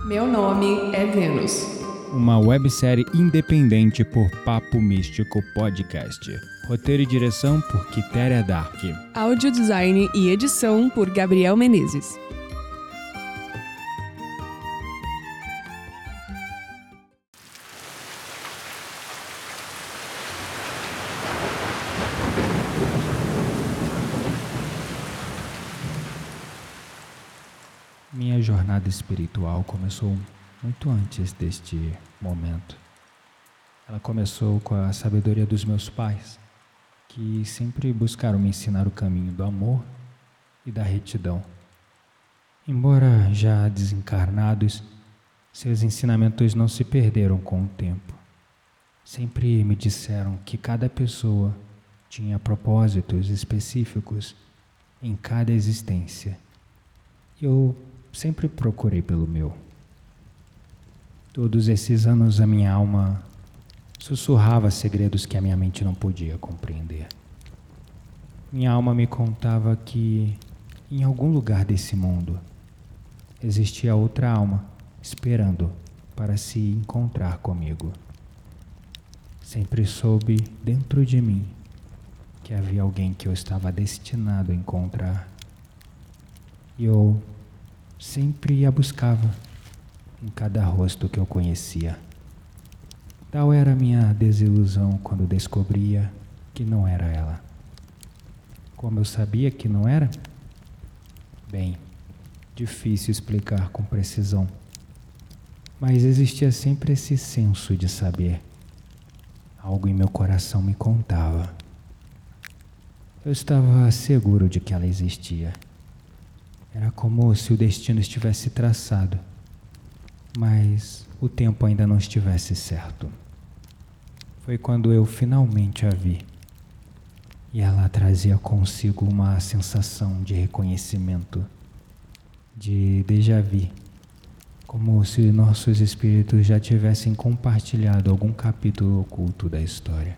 Meu nome é Vênus. Uma websérie independente por Papo Místico Podcast. Roteiro e direção por Quitéria Dark. Áudio design e edição por Gabriel Menezes. Minha jornada espiritual começou muito antes deste momento. Ela começou com a sabedoria dos meus pais, que sempre buscaram me ensinar o caminho do amor e da retidão. Embora já desencarnados, seus ensinamentos não se perderam com o tempo. Sempre me disseram que cada pessoa tinha propósitos específicos em cada existência. E eu sempre procurei pelo meu. Todos esses anos a minha alma sussurrava segredos que a minha mente não podia compreender. Minha alma me contava que em algum lugar desse mundo existia outra alma esperando para se encontrar comigo. Sempre soube dentro de mim que havia alguém que eu estava destinado a encontrar. E eu sempre a buscava em cada rosto que eu conhecia. Tal era a minha desilusão quando descobria que não era ela. Como eu sabia que não era? Bem, difícil explicar com precisão. Mas existia sempre esse senso de saber. Algo em meu coração me contava. Eu estava seguro de que ela existia. Era como se o destino estivesse traçado, mas o tempo ainda não estivesse certo. Foi quando eu finalmente a vi, e ela trazia consigo uma sensação de reconhecimento, de déjà vu, como se nossos espíritos já tivessem compartilhado algum capítulo oculto da história.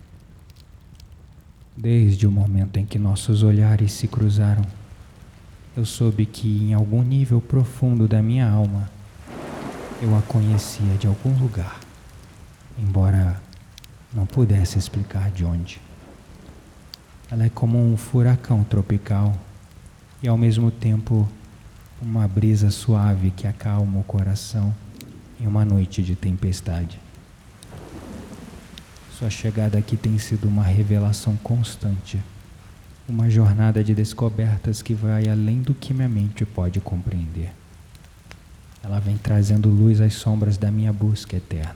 Desde o momento em que nossos olhares se cruzaram, eu soube que em algum nível profundo da minha alma, eu a conhecia de algum lugar, embora não pudesse explicar de onde. Ela é como um furacão tropical e ao mesmo tempo uma brisa suave que acalma o coração em uma noite de tempestade. Sua chegada aqui tem sido uma revelação constante. Uma jornada de descobertas que vai além do que minha mente pode compreender. Ela vem trazendo luz às sombras da minha busca eterna.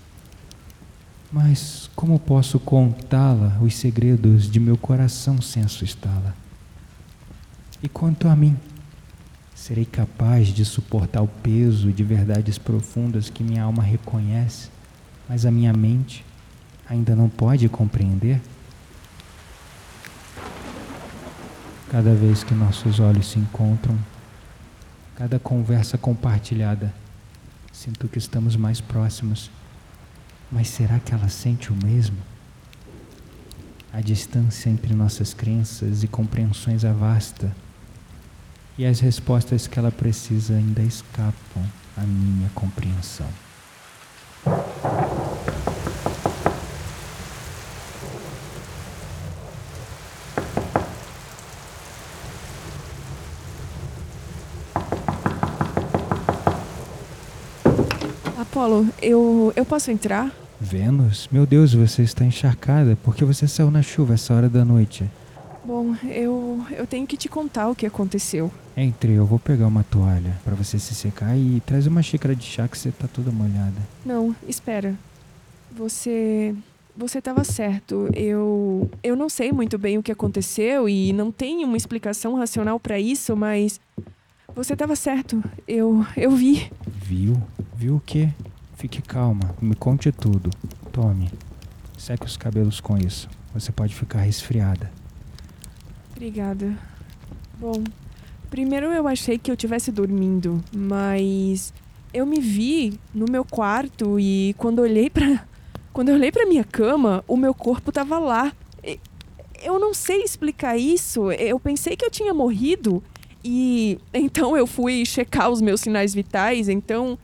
Mas como posso contá-la os segredos de meu coração sem assustá-la? E quanto a mim, serei capaz de suportar o peso de verdades profundas que minha alma reconhece, mas a minha mente ainda não pode compreender? Cada vez que nossos olhos se encontram, cada conversa compartilhada, sinto que estamos mais próximos. Mas será que ela sente o mesmo? A distância entre nossas crenças e compreensões é vasta, e as respostas que ela precisa ainda escapam à minha compreensão. Apolo, eu posso entrar? Vênus? Meu Deus, você está encharcada. Por que você saiu na chuva essa hora da noite? Bom, eu tenho que te contar o que aconteceu. Entre, eu vou pegar uma toalha para você se secar e traz uma xícara de chá que você tá toda molhada. Não, espera. Você estava certo. Eu não sei muito bem o que aconteceu e não tenho uma explicação racional para isso, mas você estava certo. Eu vi. Viu? Viu o quê? Fique calma, me conte tudo. Tome, seque os cabelos com isso. Você pode ficar resfriada. Obrigada. Bom, primeiro eu achei que eu estivesse dormindo, mas eu me vi no meu quarto e quando eu olhei pra minha cama, o meu corpo tava lá. Eu não sei explicar isso. Eu pensei que eu tinha morrido e então eu fui checar os meus sinais vitais, então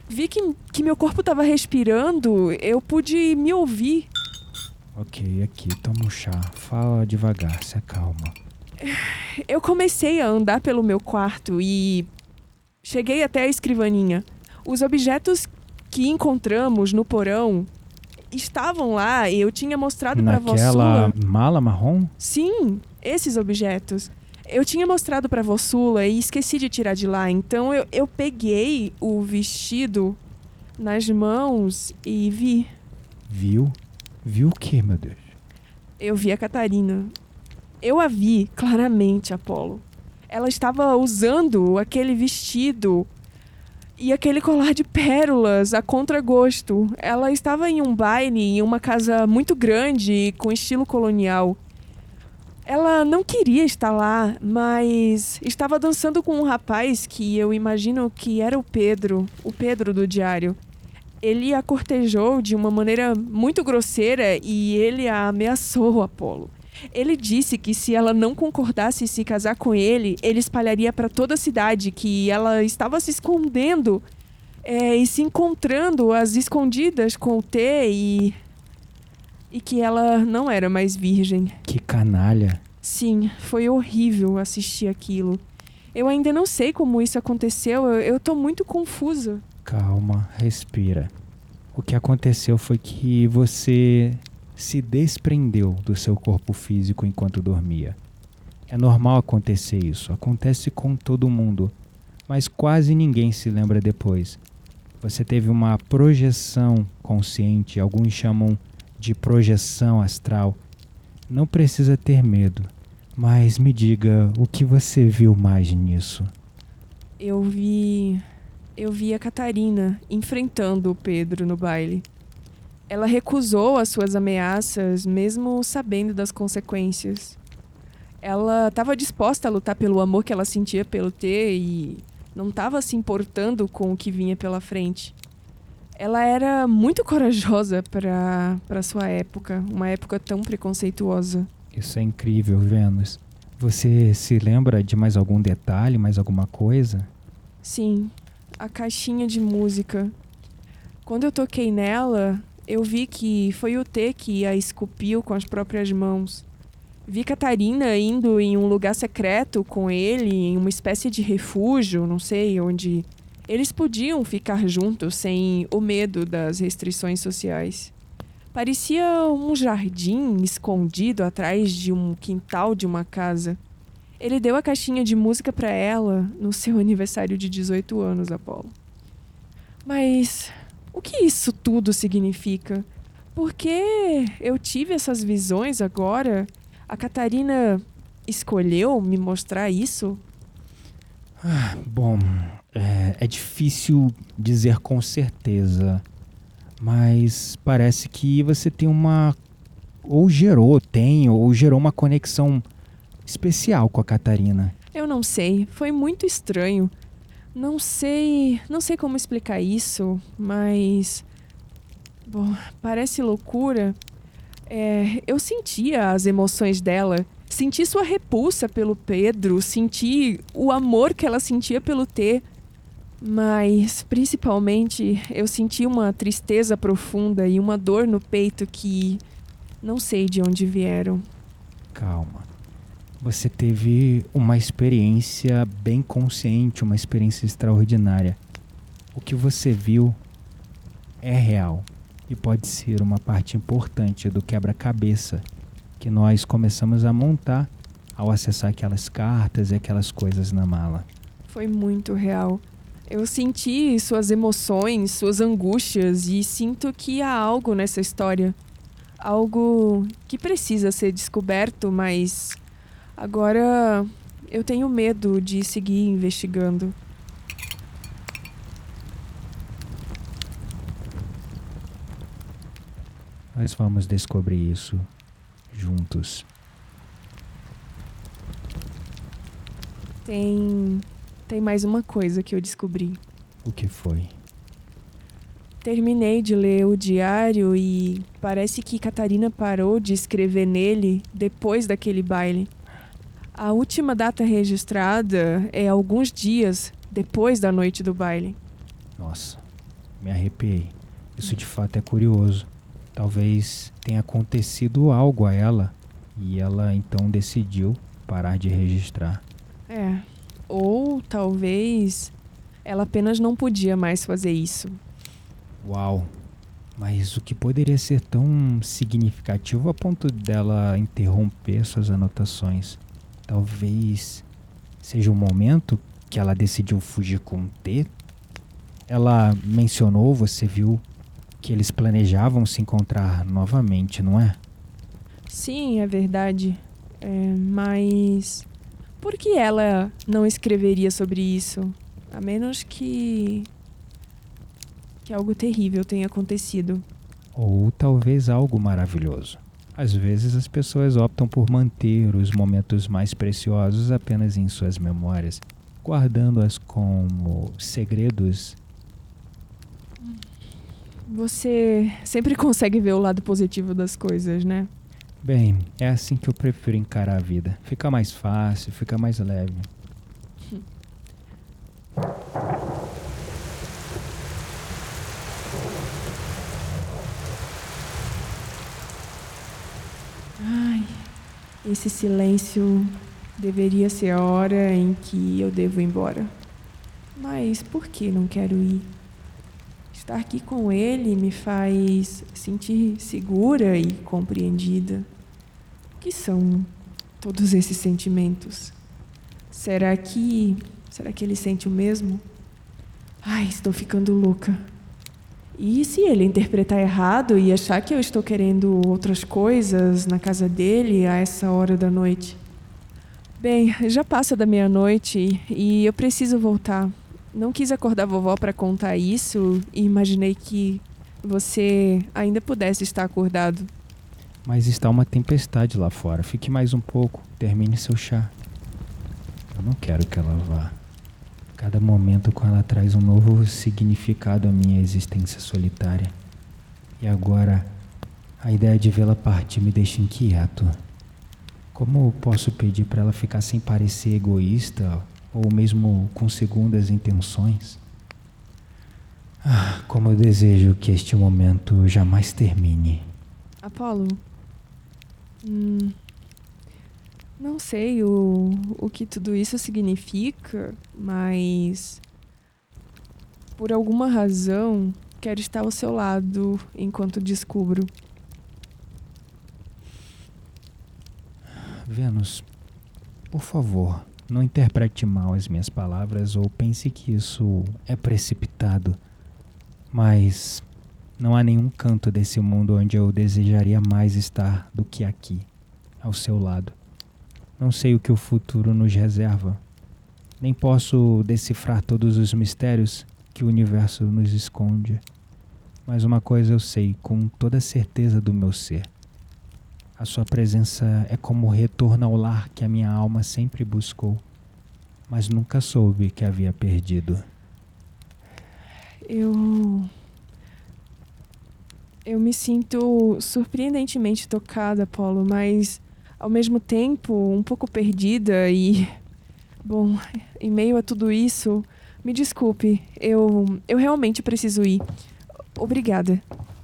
vi que meu corpo estava respirando, eu pude me ouvir. Ok, aqui, toma um chá. Fala devagar, se acalma. Eu comecei a andar pelo meu quarto e cheguei até a escrivaninha. Os objetos que encontramos no porão estavam lá e eu tinha mostrado pra Naquela Vossula. mala marrom? Sim, esses objetos. Eu tinha mostrado pra Vossula e esqueci de tirar de lá. Então eu peguei o vestido nas mãos e vi. Viu? Viu o quê, meu Deus? Eu vi a Catarina. Eu a vi claramente, Apolo. Ela estava usando aquele vestido e aquele colar de pérolas a contragosto. Ela estava em um baile em uma casa muito grande com estilo colonial. Ela não queria estar lá, mas estava dançando com um rapaz que eu imagino que era o Pedro do diário. Ele a cortejou de uma maneira muito grosseira e ele a ameaçou, Apolo. Ele disse que se ela não concordasse em se casar com ele, ele espalharia para toda a cidade que ela estava se escondendo e se encontrando às escondidas com o T e que ela não era mais virgem. Que canalha. Sim, foi horrível assistir aquilo. Eu ainda não sei como isso aconteceu, eu tô muito confusa. Calma, respira. O que aconteceu foi que você se desprendeu do seu corpo físico enquanto dormia. É normal acontecer isso, acontece com todo mundo, mas quase ninguém se lembra depois. Você teve uma projeção consciente, alguns chamam de projeção astral. Não precisa ter medo, mas me diga o que você viu mais nisso. Eu vi a Catarina enfrentando o Pedro no baile. Ela recusou as suas ameaças, mesmo sabendo das consequências. Ela estava disposta a lutar pelo amor que ela sentia pelo T e não estava se importando com o que vinha pela frente. Ela era muito corajosa para sua época, uma época tão preconceituosa. Isso é incrível, Vênus. Você se lembra de mais algum detalhe, mais alguma coisa? Sim, a caixinha de música. Quando eu toquei nela, eu vi que foi o T que a esculpiu com as próprias mãos. Vi Catarina indo em um lugar secreto com ele, em uma espécie de refúgio, não sei, onde eles podiam ficar juntos sem o medo das restrições sociais. Parecia um jardim escondido atrás de um quintal de uma casa. Ele deu a caixinha de música para ela no seu aniversário de 18 anos, Apolo. Mas o que isso tudo significa? Por que eu tive essas visões agora? A Catarina escolheu me mostrar isso? Bom, é difícil dizer com certeza, mas parece que você tem ou gerou uma conexão especial com a Catarina. Eu não sei, foi muito estranho. Não sei como explicar isso, mas bom, parece loucura. Eu sentia as emoções dela. Senti sua repulsa pelo Pedro, senti o amor que ela sentia pelo T. Mas, principalmente, eu senti uma tristeza profunda e uma dor no peito que não sei de onde vieram. Calma. Você teve uma experiência bem consciente, uma experiência extraordinária. O que você viu é real e pode ser uma parte importante do quebra-cabeça que nós começamos a montar ao acessar aquelas cartas e aquelas coisas na mala. Foi muito real. Eu senti suas emoções, suas angústias e sinto que há algo nessa história. Algo que precisa ser descoberto, mas agora eu tenho medo de seguir investigando. Nós vamos descobrir isso juntos. Tem mais uma coisa que eu descobri. O que foi? Terminei de ler o diário e parece que Catarina parou de escrever nele depois daquele baile. A última data registrada é alguns dias depois da noite do baile. Nossa, Me arrepiei. Isso de fato é curioso. Talvez tenha acontecido algo a ela e ela então decidiu parar de registrar. Ou talvez ela apenas não podia mais fazer isso. Uau! Mas o que poderia ser tão significativo a ponto dela interromper suas anotações? Talvez seja o momento que ela decidiu fugir com o T? Ela mencionou, você viu, que eles planejavam se encontrar novamente, não é? Sim, é verdade. Mas por que ela não escreveria sobre isso? A menos que algo terrível tenha acontecido. Ou talvez algo maravilhoso. Às vezes as pessoas optam por manter os momentos mais preciosos apenas em suas memórias, guardando-as como segredos. Você sempre consegue ver o lado positivo das coisas, né? Bem, é assim que eu prefiro encarar a vida. Fica mais fácil, fica mais leve. Ai, esse silêncio deveria ser a hora em que eu devo ir embora. Mas por que não quero ir? Estar aqui com ele me faz sentir segura e compreendida. O que são todos esses sentimentos? Será que ele sente o mesmo? Ai, estou ficando louca. E se ele interpretar errado e achar que eu estou querendo outras coisas na casa dele a essa hora da noite? Bem, já passa da meia-noite e eu preciso voltar. Não quis acordar a vovó para contar isso e imaginei que você ainda pudesse estar acordado. Mas está uma tempestade lá fora. Fique mais um pouco, termine seu chá. Eu não quero que ela vá. Cada momento com ela traz um novo significado à minha existência solitária. E agora, a ideia de vê-la partir me deixa inquieto. Como posso pedir para ela ficar sem parecer egoísta ou mesmo com segundas intenções? Como eu desejo que este momento jamais termine. Apolo, não sei o que tudo isso significa, mas por alguma razão quero estar ao seu lado enquanto descubro. Vênus, por favor, não interprete mal as minhas palavras ou pense que isso é precipitado, mas não há nenhum canto desse mundo onde eu desejaria mais estar do que aqui, ao seu lado. Não sei o que o futuro nos reserva, nem posso decifrar todos os mistérios que o universo nos esconde, mas uma coisa eu sei com toda certeza do meu ser. A sua presença é como o retorno ao lar que a minha alma sempre buscou, mas nunca soube que havia perdido. Eu me sinto surpreendentemente tocada, Apolo, mas ao mesmo tempo um pouco perdida e, bom, em meio a tudo isso, me desculpe, eu realmente preciso ir. Obrigada.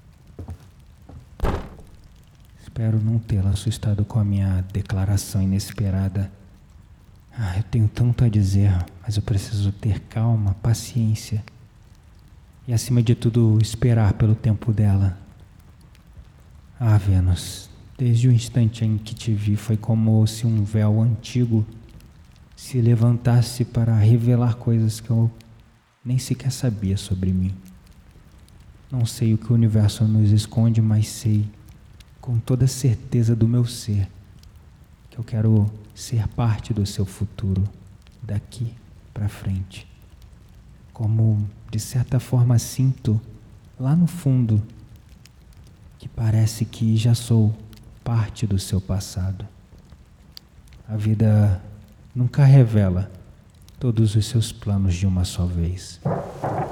Espero não tê-la assustado com a minha declaração inesperada. Eu tenho tanto a dizer, mas eu preciso ter calma, paciência e, acima de tudo, esperar pelo tempo dela. Vênus, desde o instante em que te vi foi como se um véu antigo se levantasse para revelar coisas que eu nem sequer sabia sobre mim. Não sei o que o universo nos esconde, mas sei, com toda certeza do meu ser, que eu quero ser parte do seu futuro, daqui para frente. Como, de certa forma, sinto, lá no fundo, que parece que já sou parte do seu passado. A vida nunca revela todos os seus planos de uma só vez.